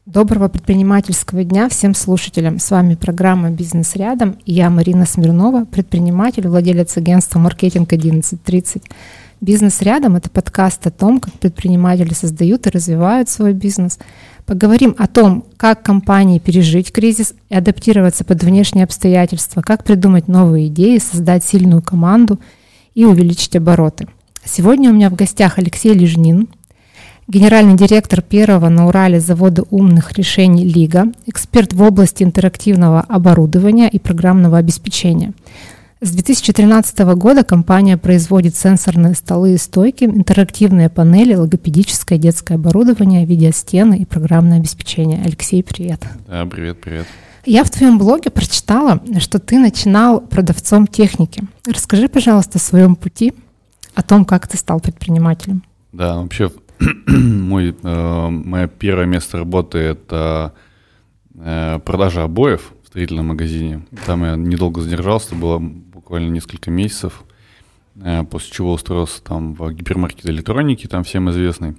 Доброго предпринимательского дня всем слушателям. С вами программа «Бизнес рядом» и я, Марина Смирнова, предприниматель, владелец агентства «Маркетинг 1130». «Бизнес рядом» — это подкаст о том, как предприниматели создают и развивают свой бизнес. Поговорим о том, как компании пережить кризис и адаптироваться под внешние обстоятельства, как придумать новые идеи, создать сильную команду и увеличить обороты. Сегодня у меня в гостях Алексей Лежнин, генеральный директор первого на Урале завода умных решений «Лига», эксперт в области интерактивного оборудования и программного обеспечения. С 2013 года компания производит сенсорные столы и стойки, интерактивные панели, логопедическое детское оборудование, видеостены и программное обеспечение. Алексей, привет. Да, привет. Я в твоем блоге прочитала, что ты начинал продавцом техники. Расскажи, пожалуйста, о своем пути, о том, как ты стал предпринимателем. Да, вообще мое первое место работы — это продажа обоев в строительном магазине. Там я недолго задержался, было буквально несколько месяцев, после чего устроился там в гипермаркет электроники, там всем известный.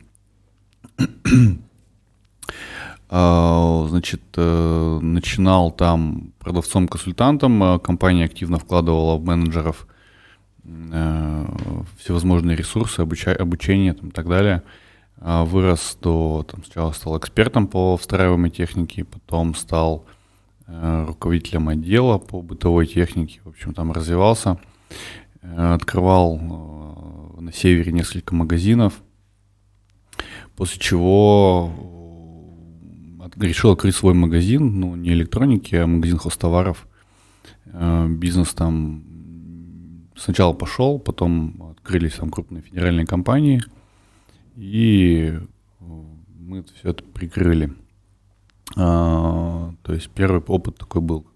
Значит, начинал там продавцом-консультантом, компания активно вкладывала в менеджеров всевозможные ресурсы, обучение там, и так далее. Вырос сначала стал экспертом по встраиваемой технике, потом стал руководителем отдела по бытовой технике, в общем, там развивался. Открывал на севере несколько магазинов, после чего решил открыть свой магазин, не электроники, а магазин хозтоваров. Бизнес там сначала пошел, потом открылись там крупные федеральные компании, и мы все это прикрыли. То есть первый опыт такой был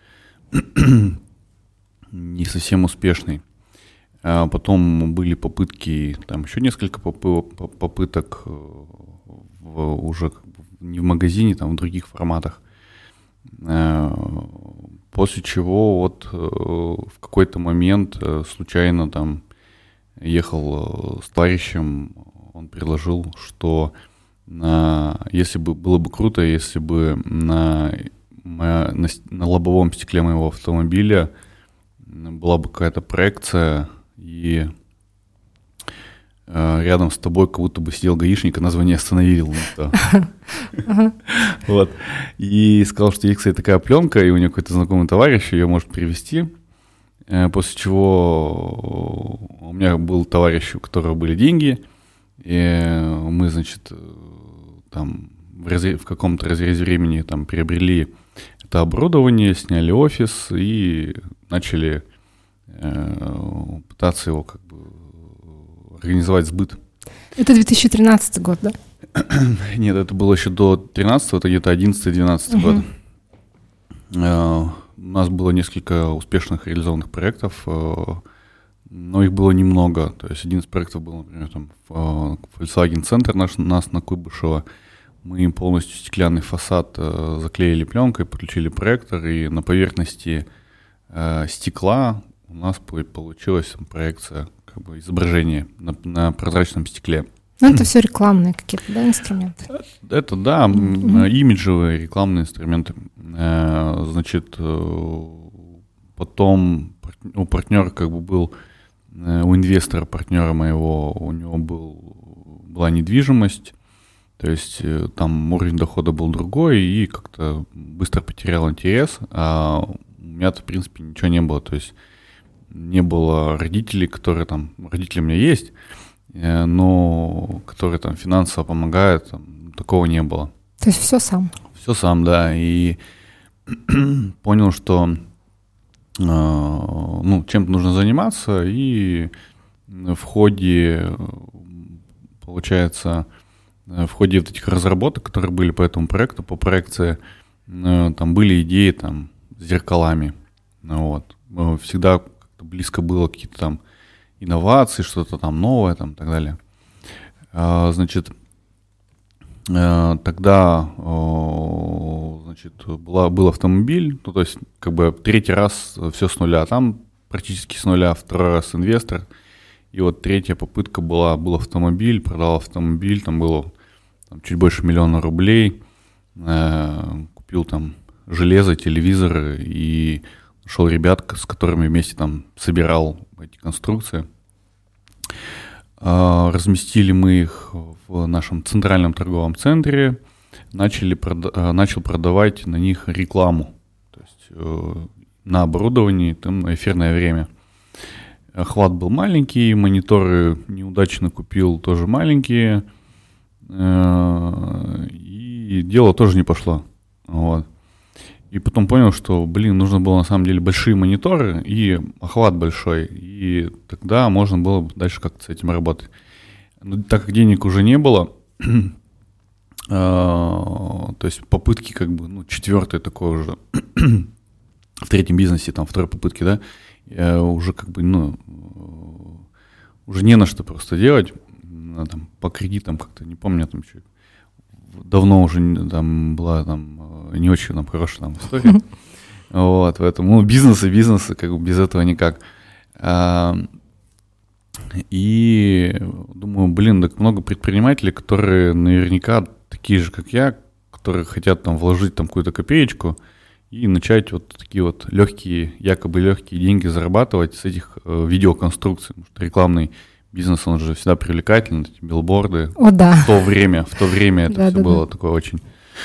не совсем успешный. Потом были попытки, там еще несколько попыток уже не в магазине, там в других форматах. После чего в какой-то момент случайно там ехал с товарищем, он предложил, что если бы было бы круто, если бы на лобовом стекле моего автомобиля была бы какая-то проекция, и рядом с тобой как будто бы сидел гаишник и нас бы не остановил. Вот. И сказал, что есть, кстати, такая пленка, и у него какой-то знакомый товарищ ее может привезти. После чего у меня был товарищ, у которого были деньги, и мы, значит, там в каком-то разрезе времени там приобрели это оборудование, сняли офис и начали пытаться его как бы организовать сбыт. Это 2013 год, да? Нет, это было еще до 2013, это где-то 2011-2012 год. У нас было несколько успешных реализованных проектов, но их было немного. То есть один из проектов был, например, там Volkswagen Центр нас на Куйбышево. Мы им полностью стеклянный фасад заклеили пленкой, подключили проектор, и на поверхности стекла у нас получилась проекция, как бы изображение на прозрачном стекле. Ну, это все рекламные какие-то, да, инструменты? Это, да, имиджевые рекламные инструменты. Значит, потом у партнера как бы был, у инвестора, партнера моего, у него была недвижимость, то есть там уровень дохода был другой, и как-то быстро потерял интерес, а у меня-то, в принципе, ничего не было, то есть не было родителей, родители у меня есть, но которые там финансово помогают, такого не было. То есть все сам? Все сам, да, и понял, что чем-то нужно заниматься, и в ходе вот этих разработок, которые были по этому проекту, по проекции, там были идеи там с зеркалами, вот. Всегда как-то близко было какие-то там инновации, что-то там новое, там и так далее. Значит, тогда, значит, был автомобиль, то есть как бы третий раз все с нуля, там практически с нуля, второй раз инвестор, и вот третья попытка был автомобиль, продал автомобиль, там было чуть больше 1 000 000 рублей, купил там железо, телевизоры и нашел ребят, с которыми вместе там собирал эти конструкции. Разместили мы их в нашем центральном торговом центре, начал продавать на них рекламу, то есть на оборудовании, там, на эфирное время. Охват был маленький, мониторы неудачно купил, тоже маленькие, и дело тоже не пошло. Вот. И потом понял, что, нужно было на самом деле большие мониторы и охват большой, и тогда можно было дальше как-то с этим работать. Но так как денег уже не было, то есть попытки четвертый такой уже в третьем бизнесе, там второй попытки, да, уже уже не на что просто делать, там, по кредитам как-то, не помню, там еще давно уже там была там не очень там хорошая там история. Вот, поэтому бизнесы, без этого никак. И думаю, так много предпринимателей, которые наверняка такие же, как я, которые хотят там вложить там какую-то копеечку и начать вот такие вот якобы легкие деньги зарабатывать с этих видеоконструкций. Потому что рекламный бизнес, он же всегда привлекательный, эти билборды. О, да. В то время это все было такое очень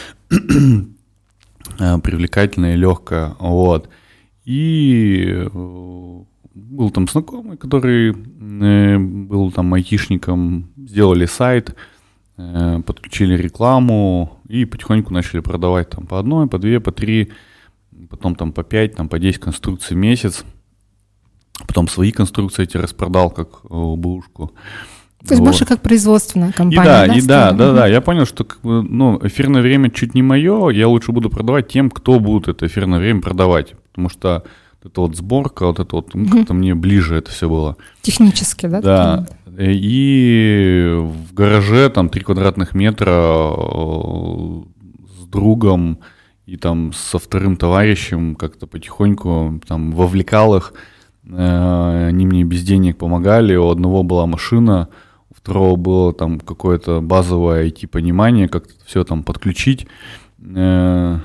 привлекательное и легкое. Вот. И был там знакомый, который был там айтишником, сделали сайт, подключили рекламу и потихоньку начали продавать там по одной, по две, по три, потом там по 5, там по 10 конструкций в месяц. Потом свои конструкции эти распродал, как бэушку. То есть больше как производственная компания, да. Я понял, что эфирное время чуть не мое, я лучше буду продавать тем, кто будет это эфирное время продавать. Потому что это вот сборка, как-то мне ближе это все было. Технически, да? Да. И в гараже там 3 квадратных метра с другом и там со вторым товарищем как-то потихоньку там вовлекал их. Они мне без денег помогали. У одного была машина, у второго было там какое-то базовое IT-понимание, как все там подключить. Я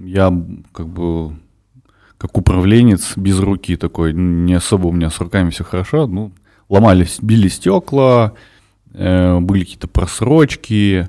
как управленец без руки такой, не особо у меня с руками все хорошо, ломались, били стекла, были какие-то просрочки,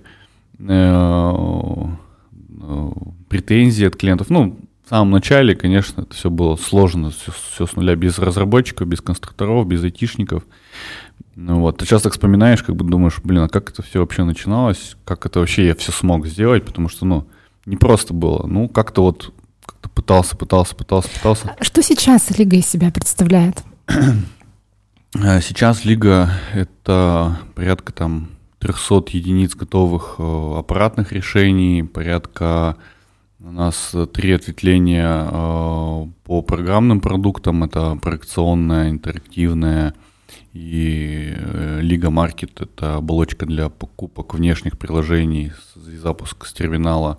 претензии от клиентов. В самом начале, конечно, это все было сложно, все с нуля, без разработчиков, без конструкторов, без айтишников. Ты сейчас так вспоминаешь, думаешь, а как это все вообще начиналось, как это вообще я все смог сделать, потому что, не просто было, как-то пытался. Что сейчас Лига из себя представляет? Сейчас Лига — это порядка там 300 единиц готовых аппаратных решений, порядка у нас 3 ответвления по программным продуктам. Это проекционная, интерактивная и Лига Маркет — это оболочка для покупок внешних приложений и запуск с терминала.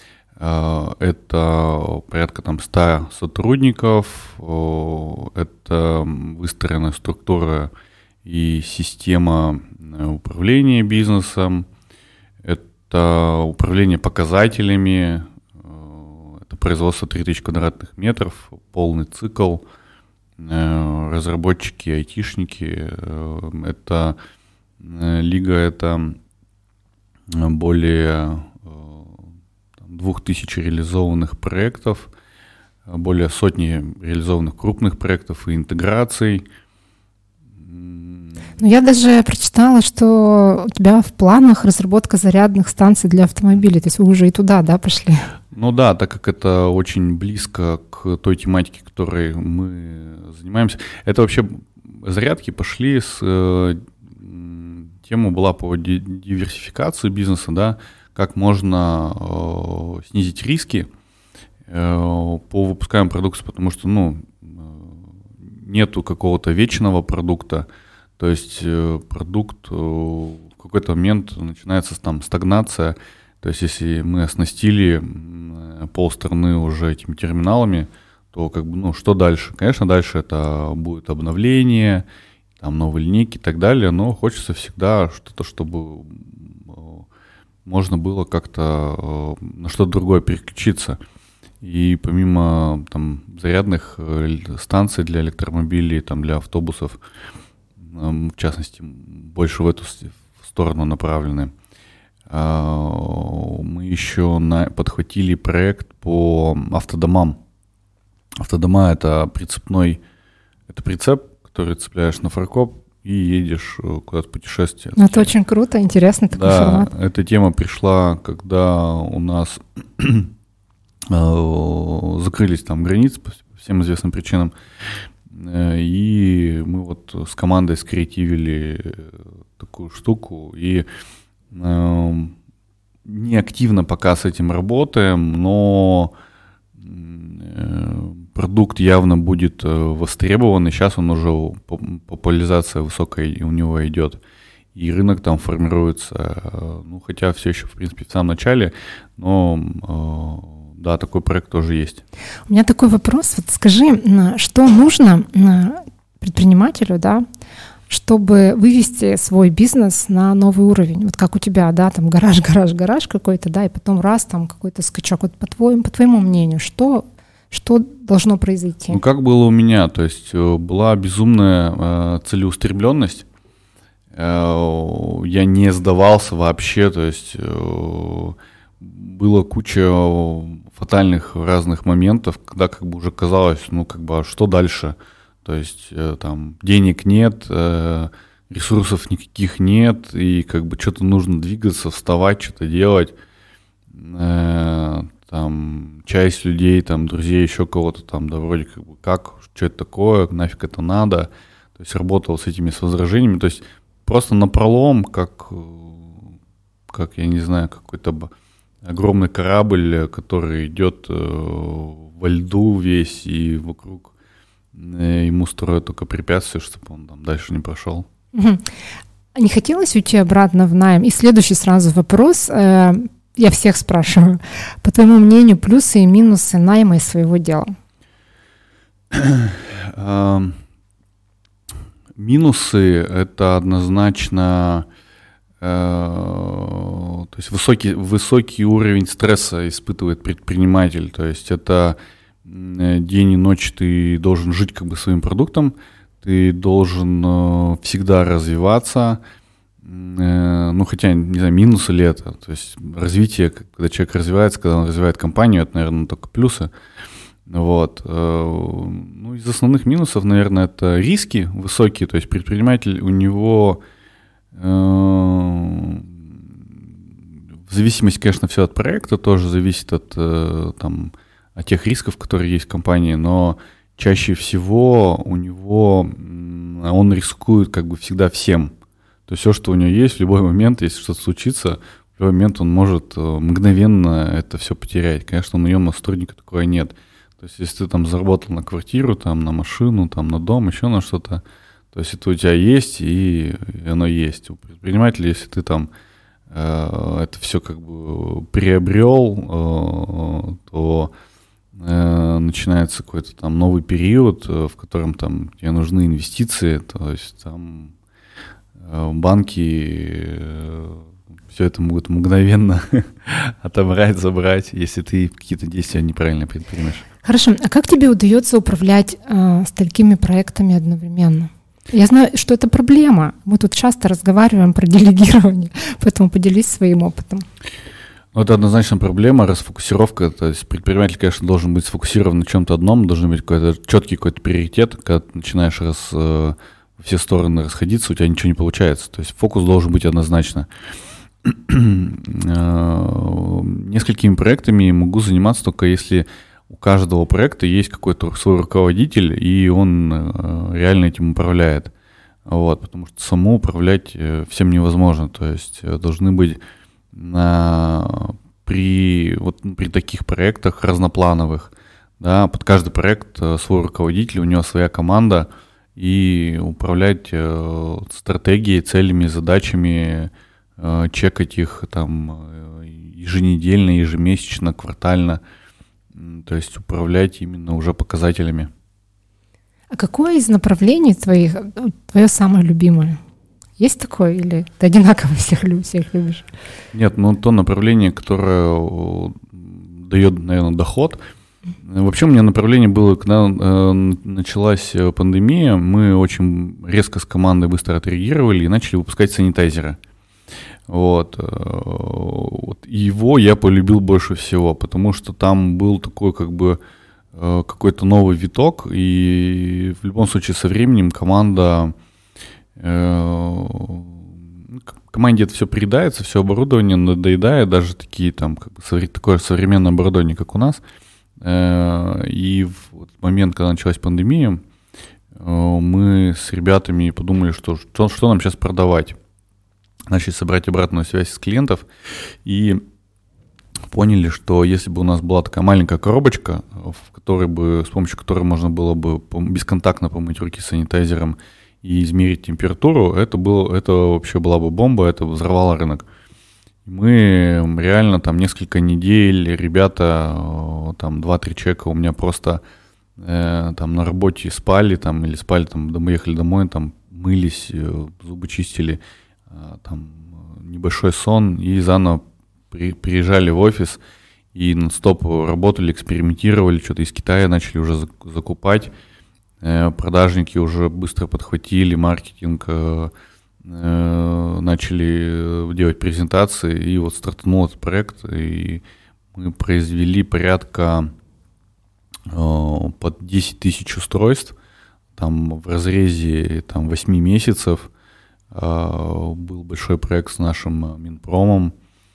Это порядка там 100 сотрудников, это выстроенная структура и система управления бизнесом, это управление показателями, это производство 3000 квадратных метров, полный цикл, разработчики, айтишники, это Лига, это более 2000 реализованных проектов, более сотни реализованных крупных проектов и интеграций. Я даже прочитала, что у тебя в планах разработка зарядных станций для автомобилей, то есть вы уже и туда, да, пошли? Так как это очень близко к той тематике, которой мы занимаемся. Это вообще зарядки пошли тема была по диверсификации бизнеса, да, как можно снизить риски по выпускаемой продукции, потому что, нету какого-то вечного продукта, то есть продукт в какой-то момент начинается там стагнация, то есть если мы оснастили полстраны уже этими терминалами, то что дальше? Конечно, дальше это будет обновление, там новые линейки и так далее, но хочется всегда что-то, чтобы можно было как-то на что-то другое переключиться. И помимо там зарядных станций для электромобилей, там, для автобусов, в частности, больше в эту сторону направлены, мы еще подхватили проект по автодомам. Автодома — это прицеп, который цепляешь на фаркоп и едешь куда-то путешествовать. Это очень круто, интересно такой формат. Да, эта тема пришла, когда у нас закрылись там границы по всем известным причинам, и мы вот с командой скреативили такую штуку, и не активно пока с этим работаем, но продукт явно будет востребован, и сейчас он уже, популяризация высокая у него идет, и рынок там формируется, хотя все еще, в принципе, в самом начале, но да, такой проект тоже есть. У меня такой вопрос. Вот скажи, что нужно предпринимателю, да, чтобы вывести свой бизнес на новый уровень? Вот как у тебя, да, там гараж какой-то, да, и потом раз там какой-то скачок. Вот по твоему мнению, что должно произойти? Как было у меня, то есть была безумная целеустремленность. Я не сдавался вообще, то есть было куча фатальных разных моментов, когда как бы уже казалось, а что дальше? То есть там денег нет, ресурсов никаких нет, и как бы что-то нужно двигаться, вставать, что-то делать. Там часть людей, там друзей, еще кого-то там, да вроде как бы что это такое, нафиг это надо. То есть работал с этими возражениями, то есть просто напролом, как я не знаю, какой-то огромный корабль, который идет во льду весь, и вокруг ему строят только препятствия, чтобы он там дальше не прошел. Не хотелось уйти обратно в найм? И следующий сразу вопрос, я всех спрашиваю. По твоему мнению, плюсы и минусы найма и своего дела? Минусы — это однозначно... То есть высокий уровень стресса испытывает предприниматель. То есть это день и ночь ты должен жить как бы своим продуктом, ты должен всегда развиваться. Хотя, не знаю, минусы ли это. То есть развитие, когда человек развивается, когда он развивает компанию, это, наверное, только плюсы. Вот. Из основных минусов, наверное, это риски высокие. То есть предприниматель, у него... В зависимости, конечно, все от проекта, тоже зависит от тех рисков, которые есть в компании, но чаще всего он рискует как бы всегда всем. То есть все, что у него есть, в любой момент, если что-то случится, в любой момент он может мгновенно это все потерять. Конечно, у наемного сотрудника такого нет. То есть если ты там заработал на квартиру, там, на машину, там, на дом, еще на что-то, то есть это у тебя есть, и оно есть. У предпринимателя, если ты там это все как бы приобрел, то начинается какой-то там новый период, в котором там тебе нужны инвестиции, то есть там банки все это могут мгновенно отобрать, забрать, если ты какие-то действия неправильно предпримешь. Хорошо, а как тебе удается управлять столькими проектами одновременно? Я знаю, что это проблема. Мы тут часто разговариваем про делегирование, поэтому поделись своим опытом. Это однозначно проблема, расфокусировка. То есть предприниматель, конечно, должен быть сфокусирован на чем-то одном, должен быть четкий какой-то приоритет. Когда ты начинаешь во все стороны расходиться, у тебя ничего не получается. То есть фокус должен быть однозначно. Несколькими проектами могу заниматься только если у каждого проекта есть какой-то свой руководитель, и он реально этим управляет. Вот, потому что самому управлять всем невозможно. То есть должны быть при таких проектах разноплановых, да, под каждый проект свой руководитель, у него своя команда, и управлять стратегией, целями, задачами, чекать их там еженедельно, ежемесячно, квартально. То есть управлять именно уже показателями. А какое из направлений твоих твое самое любимое? Есть такое или ты одинаково всех любишь? Нет, ну то направление, которое дает, наверное, доход. Вообще у меня направление было, когда началась пандемия, мы очень резко с командой быстро отреагировали и начали выпускать санитайзеры. Вот. Его я полюбил больше всего, потому что там был такой как бы какой-то новый виток, и в любом случае со временем команде это все приедается, все оборудование надоедает, даже такие там как бы, такое современное оборудование, как у нас. И в момент, когда началась пандемия, мы с ребятами подумали, что нам сейчас продавать. Начали собрать обратную связь с клиентов и поняли, что если бы у нас была такая маленькая коробочка, с помощью которой можно было бы бесконтактно помыть руки санитайзером и измерить температуру, это вообще была бы бомба, это взорвало рынок. Мы реально там несколько недель, ребята, там 2-3 человека у меня просто там на работе спали, там мы ехали домой, там мылись, зубы чистили, там небольшой сон, и заново приезжали в офис и нон-стоп работали, экспериментировали, что-то из Китая начали уже закупать, продажники уже быстро подхватили маркетинг, начали делать презентации, и вот стартанул этот проект, и мы произвели порядка под 10 тысяч устройств, там в разрезе там, 8 месяцев. Был большой проект с нашим Минпромом,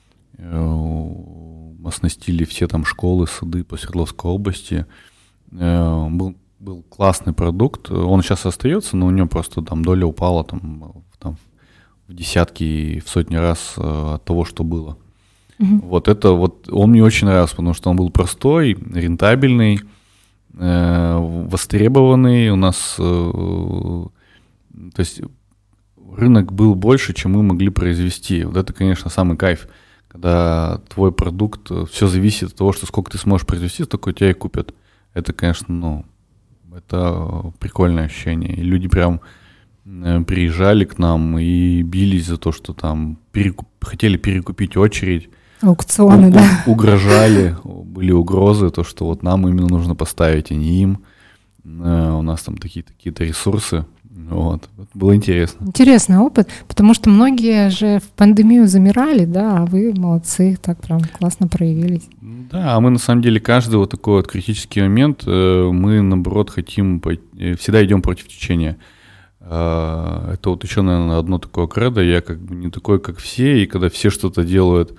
оснастили все там школы, сады по Свердловской области. Был классный продукт, он сейчас остается, но у него просто там доля упала там в десятки и в сотни раз от того, что было. Вот он мне очень нравился, потому что он был простой, рентабельный, востребованный. У нас, то есть рынок был больше, чем мы могли произвести. Вот это, конечно, самый кайф, когда твой продукт, все зависит от того, что сколько ты сможешь произвести, столько тебя и купят. Это, конечно, это прикольное ощущение. И люди прям приезжали к нам и бились за то, что там хотели перекупить очередь. Аукционы, да. Угрожали, были угрозы, то, что вот нам именно нужно поставить, а не им. У нас там такие-то ресурсы. Вот. Было интересно. Интересный опыт, потому что многие же в пандемию замирали, да, а вы молодцы, так прям классно проявились. Да, а мы на самом деле каждый вот такой вот критический момент, мы наоборот всегда идем против течения. Это вот еще, наверное, одно такое кредо, я как бы не такой, как все, и когда все что-то делают,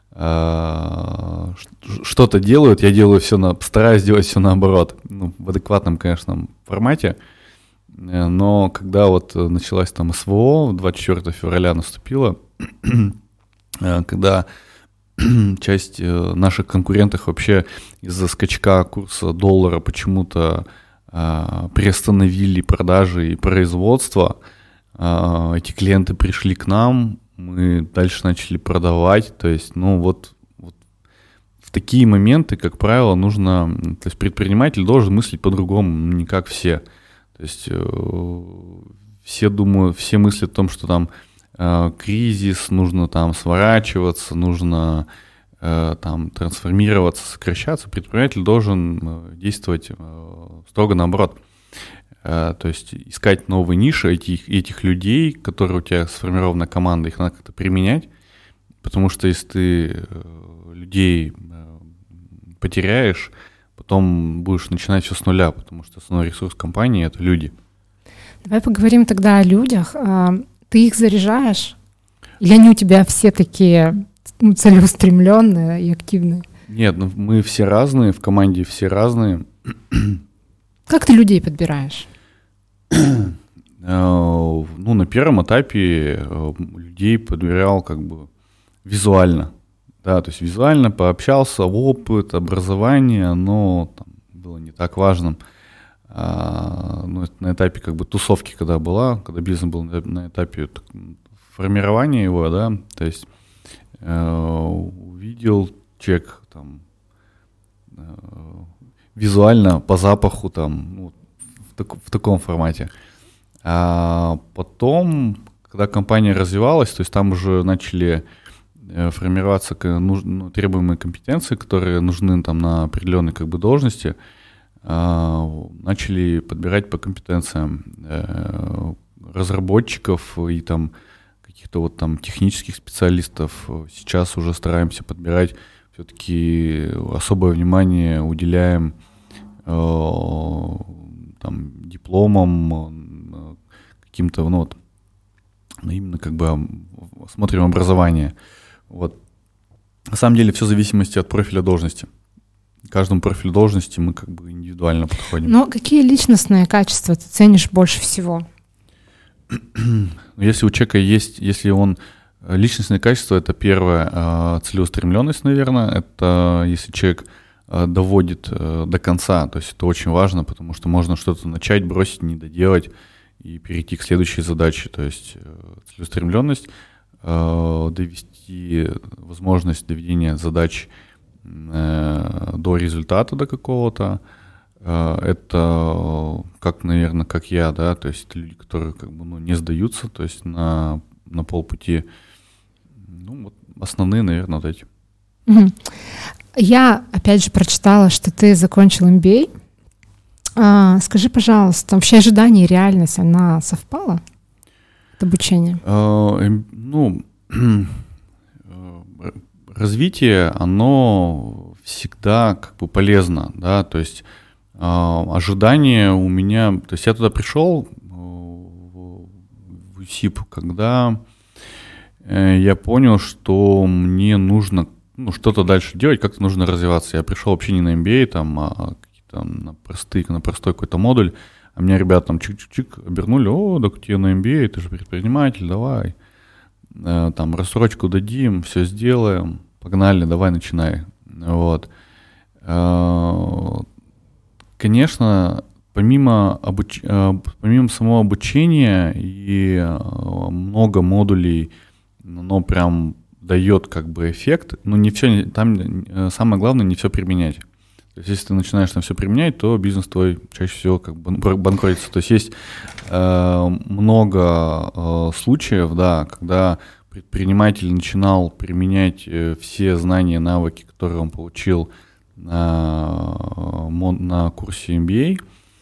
я стараюсь делать все наоборот, в адекватном, конечно, формате. Но когда вот началась там СВО, 24 февраля наступило, когда часть наших конкурентов вообще из-за скачка курса доллара почему-то приостановили продажи и производство, эти клиенты пришли к нам, мы дальше начали продавать, то есть, вот в такие моменты, как правило, то есть предприниматель должен мыслить по-другому, не как все. То есть все мыслят о том, что там кризис, нужно там сворачиваться, нужно там трансформироваться, сокращаться. Предприниматель должен действовать строго наоборот. То есть искать новые ниши этих людей, которые у тебя сформирована команда, их надо как-то применять, потому что если ты людей потеряешь, потом будешь начинать все с нуля, потому что основной ресурс компании — это люди. Давай поговорим тогда о людях. Ты их заряжаешь? Или они у тебя все такие целеустремленные и активные? Нет, мы все разные, в команде все разные. Как ты людей подбираешь? На первом этапе людей подбирал как бы визуально. Да, то есть визуально пообщался, опыт, образование, оно там было не так важным. На этапе как бы тусовки, когда бизнес был на этапе формирования его, да, то есть увидел человек там визуально, по запаху там, в таком формате. А потом, когда компания развивалась, то есть там уже начали формироваться требуемые компетенции, которые нужны там на определенной как бы должности, начали подбирать по компетенциям разработчиков и там каких-то вот там технических специалистов. Сейчас уже стараемся подбирать, все-таки особое внимание уделяем там дипломам, каким-то, ну вот, именно как бы смотрим образование. Вот. На самом деле все в зависимости от профиля должности. К каждому профилю должности мы как бы индивидуально подходим. Но какие личностные качества ты ценишь больше всего? Если у человека есть, если он личностные качества, это первое, целеустремленность, наверное, это если человек доводит до конца, то есть это очень важно, потому что можно что-то начать, бросить, не доделать и перейти к следующей задаче, то есть целеустремленность, довести возможность доведения задач до результата, до какого-то. Это как, наверное, как я, да, то есть это люди, которые как бы, ну, не сдаются, то есть на полпути. Ну, вот основные, наверное, вот эти. Я, опять же, прочитала, что ты закончил MBA. Скажи, пожалуйста, вообще ожидание и реальность, она совпала от обучения? Ну, развитие, оно всегда как бы полезно, да, то есть ожидания у меня, то есть я туда пришел в УСИП, когда я понял, что мне нужно что-то дальше делать, как-то нужно развиваться. Я пришел вообще не на MBA, там, а на простой какой-то модуль, а меня ребята там чик-чик-чик обернули: о, так тебе на MBA, ты же предприниматель, давай, там рассрочку дадим, все сделаем, погнали, давай, начинай. Вот. Конечно, помимо самого обучения и много модулей, но прям дает как бы эффект, но не все, там самое главное не все применять. То есть если ты начинаешь там все применять, то бизнес твой чаще всего как бы банкротится. То есть есть много случаев, да, когда предприниматель начинал применять все знания, навыки, которые он получил на курсе MBA,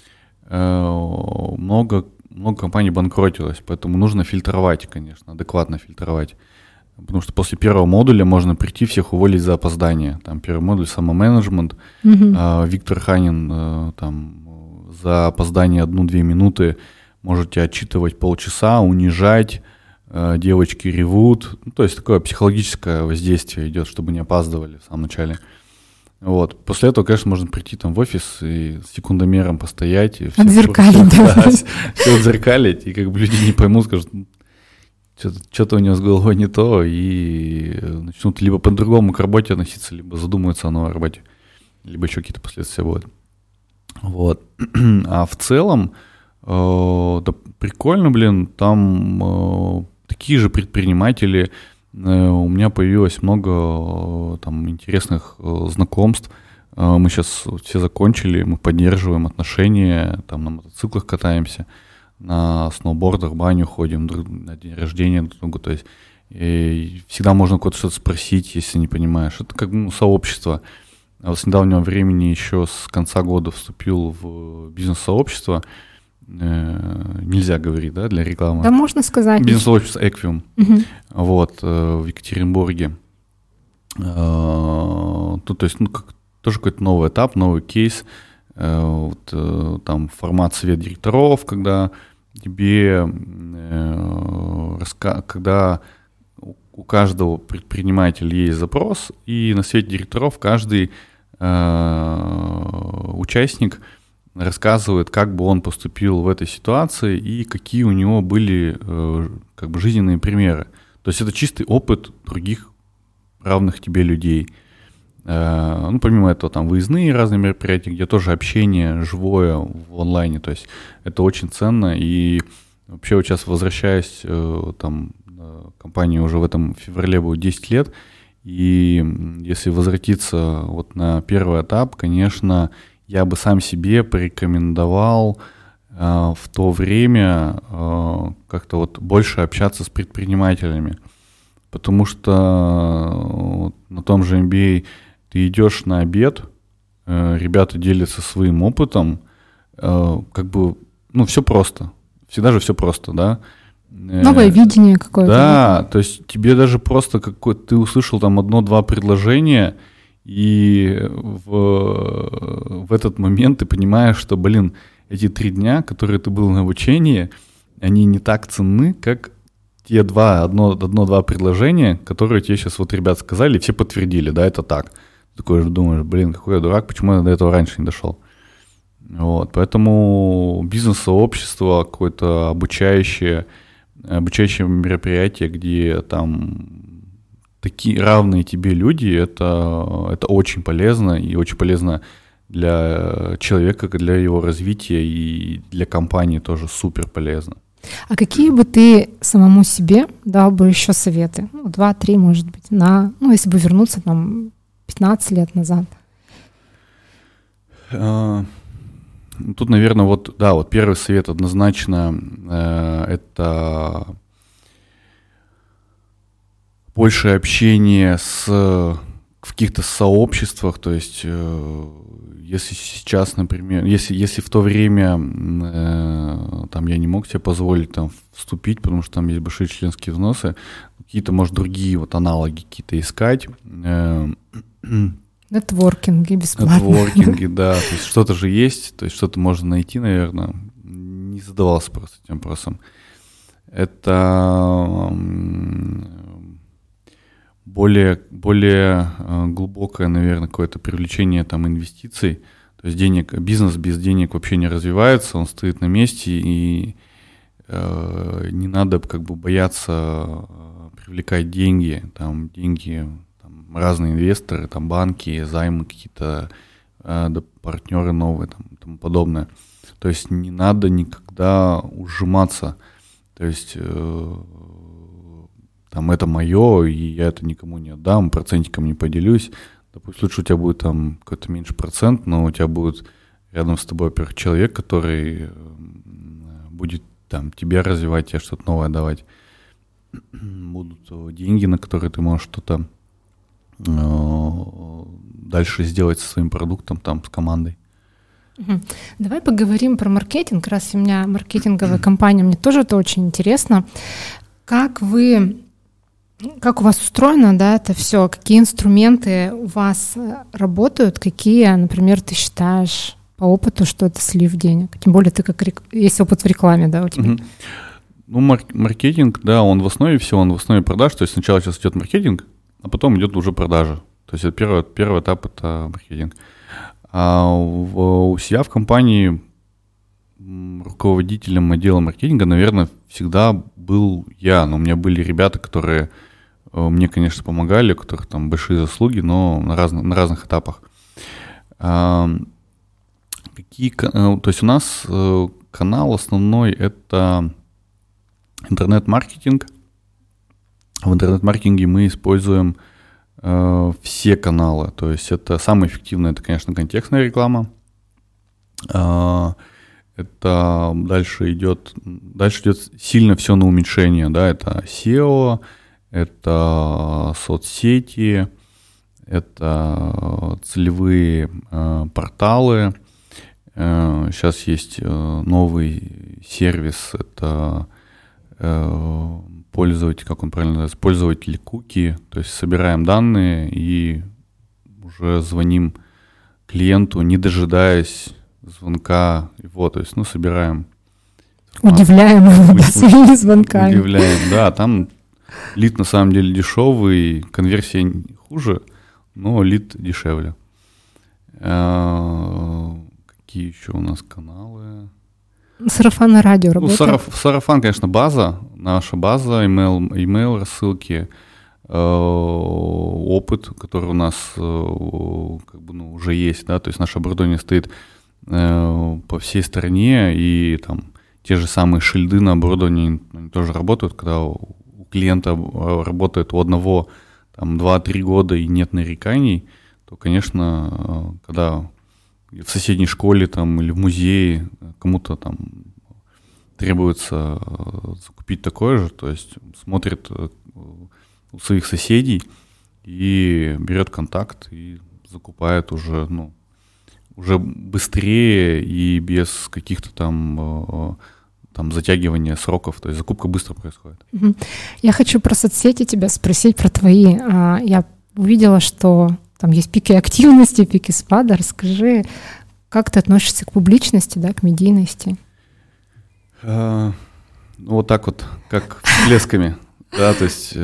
много компаний банкротилось, поэтому нужно фильтровать, конечно, адекватно фильтровать. Потому что после первого модуля можно прийти, всех уволить за опоздание. Там первый модуль — самоменеджмент. Виктор Ханин там за опоздание 1-2 минуты можете отчитывать полчаса, унижать, девочки ревут. Ну, то есть такое психологическое воздействие идет, чтобы не опаздывали в самом начале. Вот. После этого, конечно, можно прийти там в офис и с секундомером постоять. И отзеркалить, да. Все отзеркалить, и как бы люди не поймут, скажут: что-то у него с головой не то, и начнут либо по-другому к работе относиться, либо задумаются о новой работе, либо еще какие-то последствия будут. Вот. А в целом, да, прикольно, блин, там такие же предприниматели, у меня появилось много там интересных знакомств. Мы сейчас все закончили, мы поддерживаем отношения, там на мотоциклах катаемся, на сноубордах, в баню ходим, на день рождения друг другу. То есть всегда можно кого-то что-то спросить, если не понимаешь. Это как бы сообщество. А вот с недавнего времени, еще с конца года, вступил в бизнес-сообщество. Нельзя говорить, да, для рекламы. Да, можно сказать. Бизнес-сообщество Эквиум. Вот, в Екатеринбурге. Тут, то есть, тоже какой-то новый этап, новый кейс. Вот, там формат совет директоров, когда тебе, когда у каждого предпринимателя есть запрос, и на совете директоров каждый участник рассказывает, как бы он поступил в этой ситуации и какие у него были как бы жизненные примеры. То есть это чистый опыт других равных тебе людей. Ну, помимо этого, там выездные разные мероприятия, где тоже общение живое в онлайне. То есть это очень ценно. И вообще вот сейчас возвращаясь, там, компании уже в этом феврале будет 10 лет. И если возвратиться вот на первый этап, конечно, я бы сам себе порекомендовал в то время как-то вот больше общаться с предпринимателями, потому что на том же MBA ты идешь на обед, ребята делятся своим опытом, как бы, все просто, всегда же все просто, да. Новое видение какое-то. Да, то есть тебе даже просто ты услышал там 1-2 предложения, и в этот момент ты понимаешь, что, эти 3 дня, которые ты был на обучении, они не так ценны, как те одно-два предложения, которые тебе сейчас вот ребят сказали, и все подтвердили, да, это так. Ты такой же думаешь, какой я дурак, почему я до этого раньше не дошел. Вот, поэтому бизнес-сообщество, какое-то обучающее мероприятие, где там такие равные тебе люди, это очень полезно, и очень полезно для человека, для его развития, и для компании тоже супер полезно. А какие бы ты самому себе дал бы еще советы? 2-3, может быть, если бы вернуться там 15 лет назад? Тут, наверное, первый совет однозначно это больше общения в каких-то сообществах, то есть если сейчас, например, если в то время там я не мог себе позволить там вступить, потому что там есть большие членские взносы, какие-то, может, другие вот аналоги какие-то искать. Нетворкинги бесплатные. Нетворкинги, да, то есть что-то же есть, то есть что-то можно найти, наверное. Не задавался просто этим вопросом. Это более глубокое, наверное, какое-то привлечение там инвестиций. То есть бизнес без денег вообще не развивается, он стоит на месте, и не надо как бы бояться привлекать деньги, разные инвесторы, там банки, займы какие-то, партнеры новые, там, и тому подобное. То есть не надо никогда ужиматься. То есть там это мое, и я это никому не отдам, процентиком не поделюсь. Допустим, лучше у тебя будет там какой-то меньше процент, но у тебя будет рядом с тобой, во-первых, человек, который будет там тебя развивать, тебе что-то новое давать. Будут деньги, на которые ты можешь что-то дальше сделать со своим продуктом, там, с командой. Давай поговорим про маркетинг. Раз у меня маркетинговая компания, мне тоже это очень интересно. Как у вас устроено, да, это все? Какие инструменты у вас работают? Какие, например, ты считаешь по опыту, что это слив денег? Тем более ты есть опыт в рекламе, да, у тебя? Маркетинг, да, он в основе всего, он в основе продаж. То есть сначала сейчас идет маркетинг, а потом идет уже продажа. То есть это первый этап — это маркетинг. А у себя в компании руководителем отдела маркетинга, наверное, всегда был я. Но у меня были ребята, которые мне, конечно, помогали, у которых там большие заслуги, но на разных этапах. То есть у нас канал основной — это интернет-маркетинг. В интернет-маркетинге мы используем все каналы. То есть это самое эффективное, это, конечно, контекстная реклама. Это дальше идет сильно все на уменьшение, да, это SEO, это соцсети, это целевые порталы. Сейчас есть новый сервис, это пользователи куки, то есть собираем данные и уже звоним клиенту, не дожидаясь звонка его, то есть, собираем. Удивляем его своими звонками. Удивляем, да, там лид на самом деле дешевый, конверсия хуже, но лид дешевле. Какие еще у нас каналы? Сарафанное радио работает? Сарафан, конечно, наша база, email рассылки, опыт, который у нас уже есть, да, то есть наше оборудование стоит по всей стране, и там те же самые шильды на оборудовании они тоже работают, когда у клиента работает у одного там 2-3 года и нет нареканий, то, конечно, когда в соседней школе там, или в музее кому-то там требуется закупить такое же, то есть смотрит у своих соседей и берет контакт и закупает уже, уже быстрее и без каких-то там затягивания сроков, то есть закупка быстро происходит. Я хочу про соцсети тебя спросить, про твои. Я увидела, что там есть пики активности, пики спада. Расскажи, как ты относишься к публичности, да, к медийности? Вот так вот, как всплесками. Да, то есть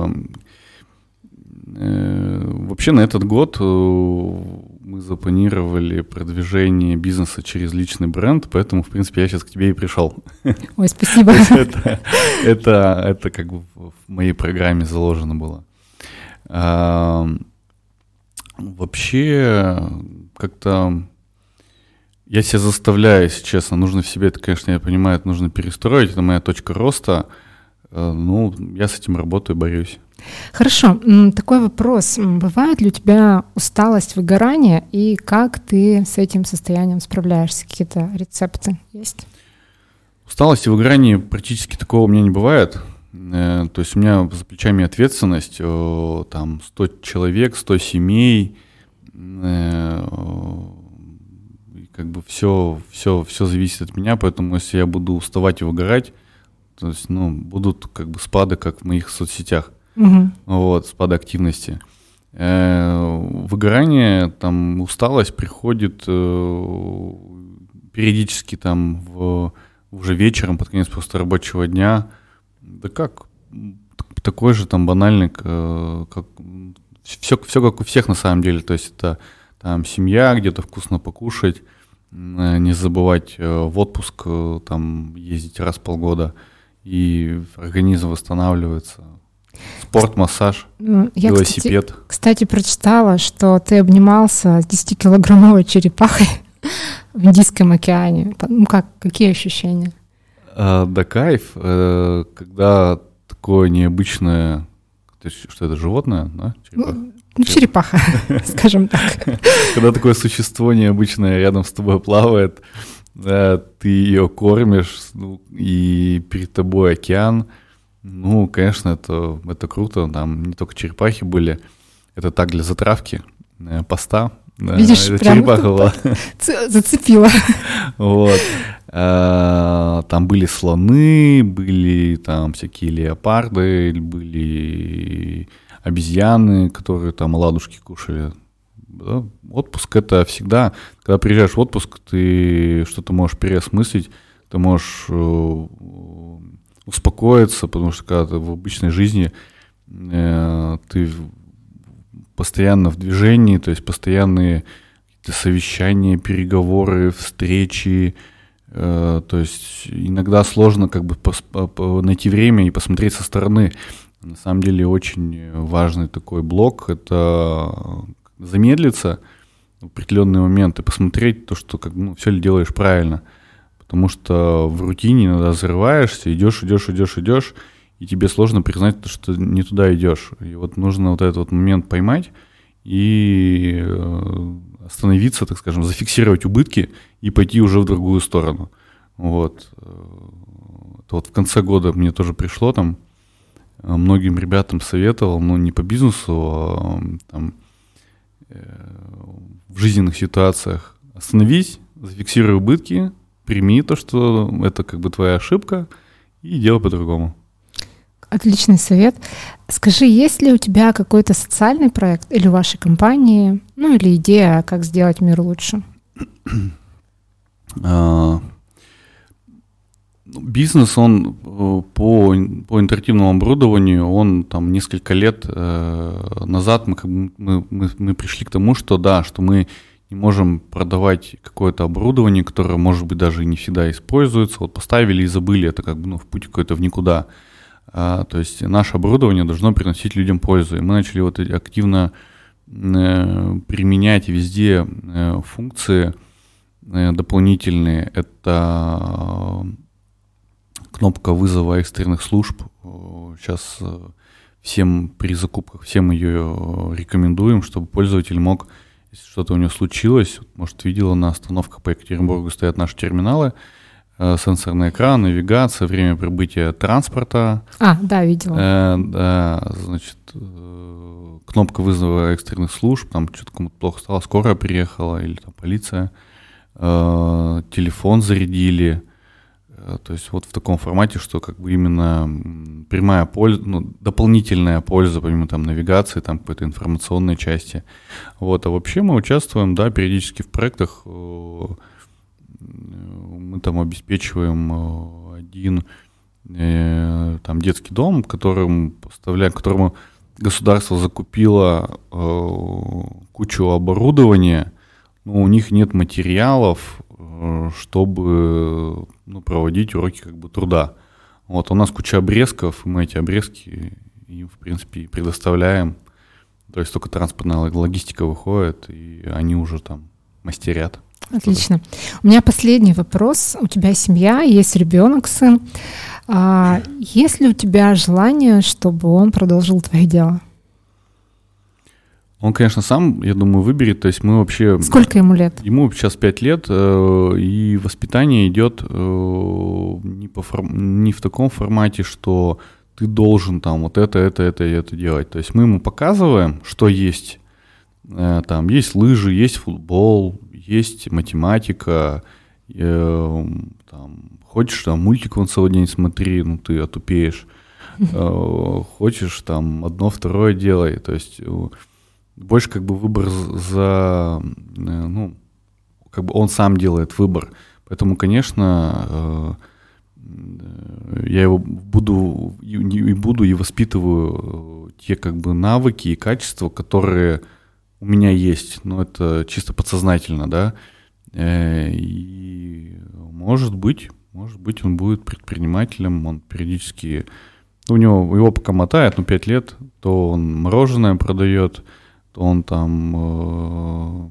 вообще на этот год мы запланировали продвижение бизнеса через личный бренд, поэтому, в принципе, я сейчас к тебе и пришел. Ой, спасибо. Это как бы в моей программе заложено было. Вообще, как-то я себя заставляю, если честно, нужно в себе это, конечно, я понимаю, это нужно перестроить, это моя точка роста. Я с этим работаю, борюсь. Хорошо, такой вопрос. Бывает ли у тебя усталость, выгорание, и как ты с этим состоянием справляешься? Какие-то рецепты есть? Усталость и выгорание практически такого у меня не бывает. То есть у меня за плечами ответственность, там 100 человек, 100 семей, как бы все зависит от меня, поэтому если я буду уставать и выгорать, то есть, будут как бы спады, как в моих соцсетях. Спад активности. Выгорание, там, усталость приходит периодически там уже вечером, под конец просто рабочего дня. Да как? Такой же там банальный, как все как у всех на самом деле. То есть это там семья, где-то вкусно покушать, не забывать в отпуск там ездить раз в полгода, и организм восстанавливается. Спорт, массаж, велосипед. Кстати, прочитала, что ты обнимался с 10-килограммовой черепахой в Индийском океане. Какие ощущения? Да кайф, когда такое необычное, что это, животное, да? Черепаха, скажем так. Когда такое существо необычное рядом с тобой плавает, ты ее кормишь, и перед тобой океан. Конечно, это круто. Там не только черепахи были. Это так для затравки поста. Видишь, это прям черепаха была. Зацепила. Вот. Там были слоны, были там всякие леопарды, были обезьяны, которые там оладушки кушали. Да? Отпуск — это всегда, когда приезжаешь в отпуск, ты что-то можешь переосмыслить, ты можешь успокоиться, потому что когда ты в обычной жизни, ты постоянно в движении, то есть постоянные совещания, переговоры, встречи, то есть иногда сложно как бы найти время и посмотреть со стороны. На самом деле очень важный такой блок — это замедлиться в определенный момент и посмотреть то, что все ли делаешь правильно. Потому что в рутине иногда взрываешься, идешь, и тебе сложно признать, что не туда идешь. И вот нужно вот этот вот момент поймать и остановиться, так скажем, зафиксировать убытки и пойти уже в другую сторону. Вот. Это вот в конце года мне тоже пришло, там многим ребятам советовал, но не по бизнесу, а там в жизненных ситуациях. Остановись, зафиксируй убытки, прими то, что это как бы твоя ошибка, и делай по-другому. Отличный совет. Скажи, есть ли у тебя какой-то социальный проект или у вашей компании, или идея, как сделать мир лучше? Бизнес, он по интерактивному оборудованию, он там несколько лет назад мы пришли к тому, что мы не можем продавать какое-то оборудование, которое, может быть, даже и не всегда используется. Вот поставили и забыли, это как бы в путь какой-то в никуда. То есть наше оборудование должно приносить людям пользу. И мы начали вот активно применять везде функции дополнительные. Это кнопка вызова экстренных служб. Сейчас всем при закупках, всем ее рекомендуем, чтобы пользователь мог если что-то у него случилось, может, видела, на остановках по Екатеринбургу стоят наши терминалы, сенсорный экран, навигация, время прибытия транспорта. Да, видела. Да, значит, кнопка вызова экстренных служб, там что-то кому-то плохо стало, скорая приехала или там полиция, телефон зарядили. То есть вот в таком формате, что как бы именно прямая польза, дополнительная польза, помимо там навигации, там какой-то информационной части. Вот, а вообще мы участвуем, да, периодически в проектах. Мы там обеспечиваем один там детский дом, которому государство закупило кучу оборудования, но у них нет материалов, чтобы проводить уроки как бы труда. Вот у нас куча обрезков, и мы эти обрезки им, в принципе, предоставляем. То есть только транспортная логистика выходит, и они уже там мастерят. Отлично. У меня последний вопрос. У тебя семья, есть ребенок, сын. Есть ли у тебя желание, чтобы он продолжил твое дело? Он, конечно, сам, я думаю, выберет. То есть мы вообще... Сколько ему лет? Ему сейчас 5 лет, и воспитание идет не в таком формате, что ты должен там вот это делать. То есть мы ему показываем, что есть. Там есть лыжи, есть футбол, есть математика. Там, хочешь, там мультик вон целый день смотри, ты отупеешь. Хочешь, там одно, второе делай. То есть... Больше как бы выбор как бы он сам делает выбор. Поэтому, конечно, я его буду и воспитываю те как бы навыки и качества, которые у меня есть. Но это чисто подсознательно, да. И может быть, он будет предпринимателем, он периодически... его пока мотает, 5 лет, то он мороженое продает, он там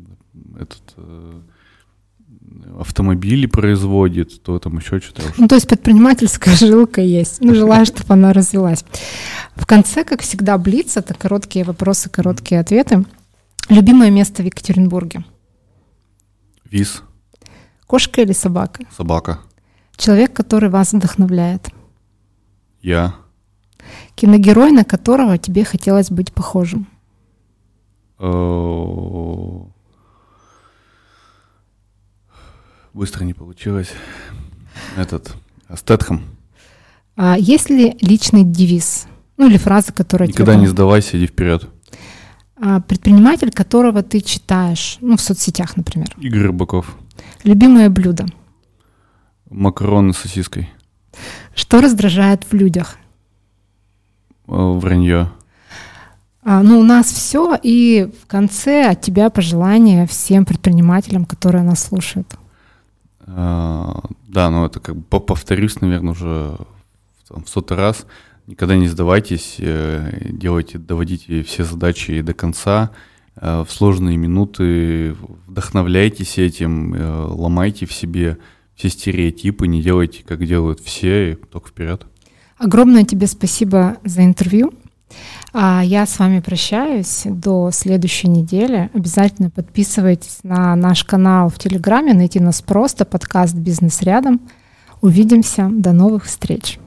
автомобили производит, то там еще что-то. То есть предпринимательская жилка есть. Желаю, чтобы она развилась. В конце, как всегда, блиц — это короткие вопросы, короткие ответы. Любимое место в Екатеринбурге? ВИЗ. Кошка или собака? Собака. Человек, который вас вдохновляет? Я. Киногерой, на которого тебе хотелось быть похожим? Быстро не получилось. Стэтхэм. Есть ли личный девиз? Или фраза, которая Никогда не сдавайся, иди вперед. Предприниматель, которого ты читаешь, в соцсетях, например. Игорь Рыбаков. Любимое блюдо? Макароны с сосиской. Что раздражает в людях? Вранье. У нас все, и в конце от тебя пожелания всем предпринимателям, которые нас слушают. Да, это как бы повторюсь, наверное, уже в 100-й раз. Никогда не сдавайтесь, доводите все задачи до конца. В сложные минуты вдохновляйтесь этим, ломайте в себе все стереотипы, не делайте, как делают все, и только вперед. Огромное тебе спасибо за интервью. Я с вами прощаюсь до следующей недели. Обязательно подписывайтесь на наш канал в Телеграме. Найти нас просто подкаст «Бизнес рядом». Увидимся. До новых встреч.